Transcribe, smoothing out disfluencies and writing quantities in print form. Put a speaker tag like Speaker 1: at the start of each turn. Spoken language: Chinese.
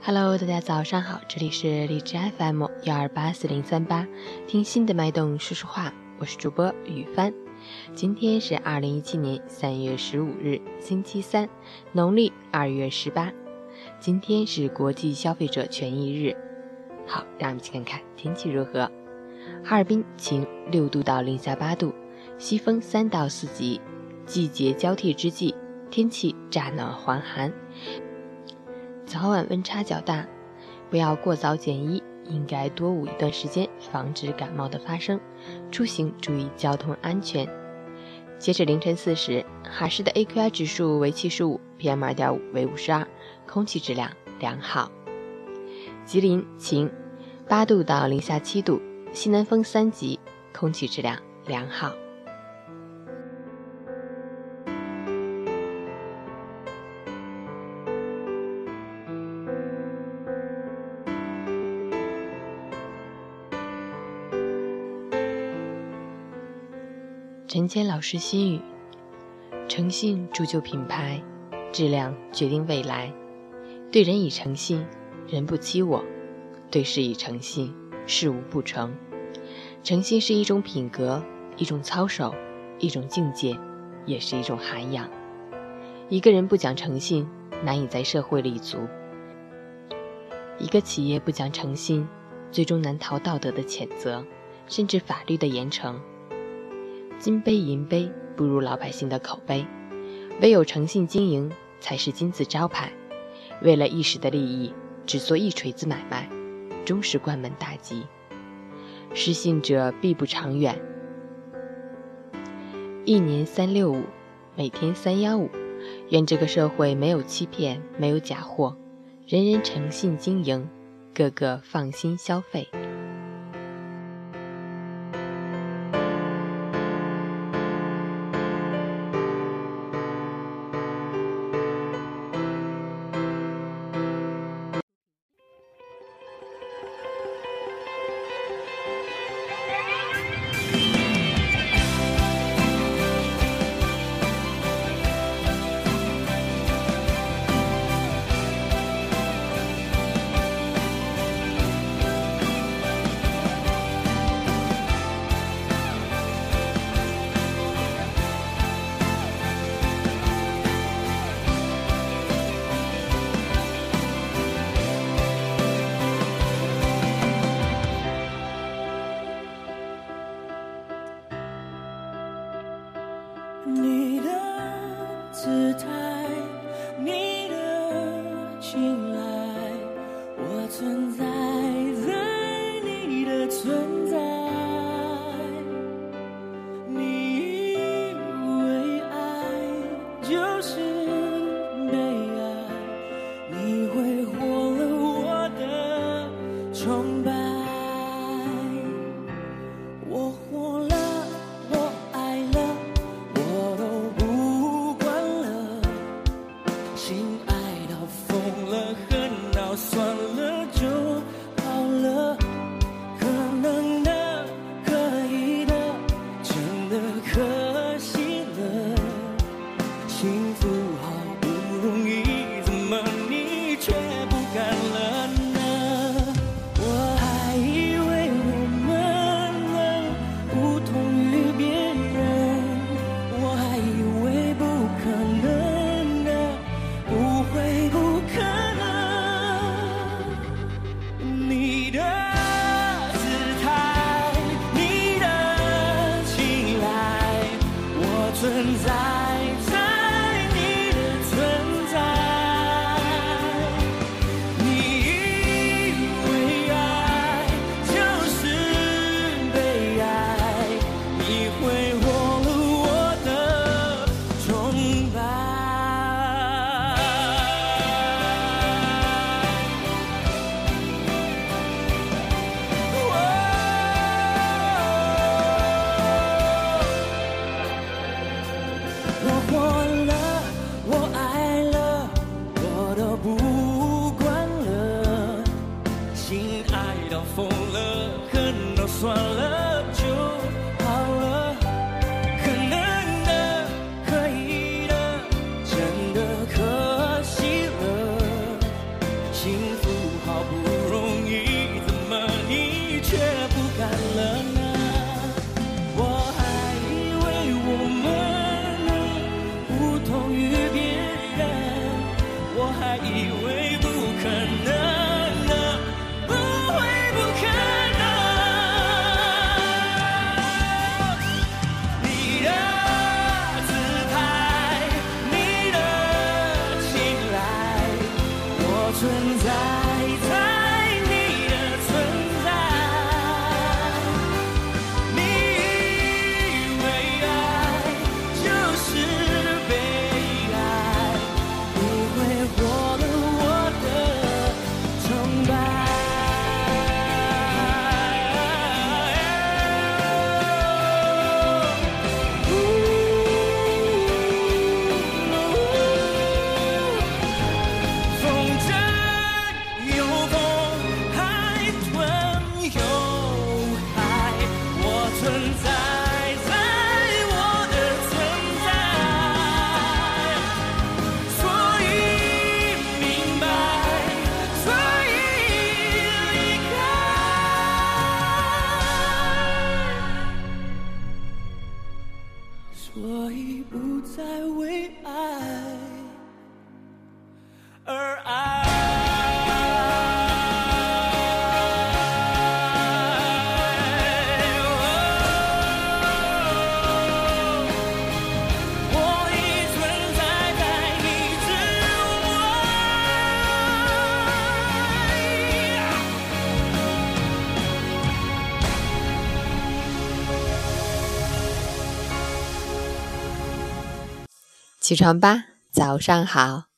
Speaker 1: Hello， 大家早上好，这里是荔枝 FM 1284038，听心的脉动说说话，我是主播雨帆。今天是2017年3月15日，星期三，农历2月18。今天是国际消费者权益日。好，让我们一起看看天气如何。哈尔滨晴，6度到零下8度，西风3到4级。季节交替之际，天气乍暖还寒。早晚温差较大，不要过早减衣，应该多捂一段时间，防止感冒的发生。出行注意交通安全。截止凌晨4时，哈市的 AQI 指数为75， PM2.5 为52，空气质量良好。吉林晴，8度到零下7度，西南风3级，空气质量良好。陈坚老师心语：诚信铸就品牌，质量决定未来。对人以诚信，人不欺我；对事以诚信，事无不成。诚信是一种品格，一种操守，一种境界，也是一种涵养。一个人不讲诚信，难以在社会立足；一个企业不讲诚信，最终难逃道德的谴责，甚至法律的严惩。金杯银杯不如老百姓的口碑，唯有诚信经营才是金字招牌。为了一时的利益，只做一锤子买卖，终是关门大吉。失信者必不长远。1年365，每天315，愿这个社会没有欺骗，没有假货，人人诚信经营，个个放心消费。
Speaker 2: 你的姿态，你的青睐，我存在在你的存在。你以为爱就是被爱，你挥霍了我的崇拜。我活了，我爱了，我都不管了，心爱到疯了，恨到算了就好了，可能的，可以的，真的可惜了，幸福好不容易，怎么你却不敢了呢？我还以为我们能不同于别人，我还以为不可能的，不会不可能。你的姿态，你的青睐，我存在在你的存在。你以为爱就是被爱，你挥霍了我的崇拜。我活了，我爱了，我都不管了，心爱到疯了，恨到算了就好了，可能的，可以的，真的可惜了，幸福干了呢？我还以为我们能不同于别人，我还以为不可能呢，不会不可能。你的姿态，你的青睐，我存在在你的存在。你以为爱就是被爱，你挥霍了我的崇拜。风筝有风，海豚有海，我存在在我的存在，所以明白，所以离开，所以不再为爱而爱。我已存在在你之
Speaker 1: 起床吧，早上好。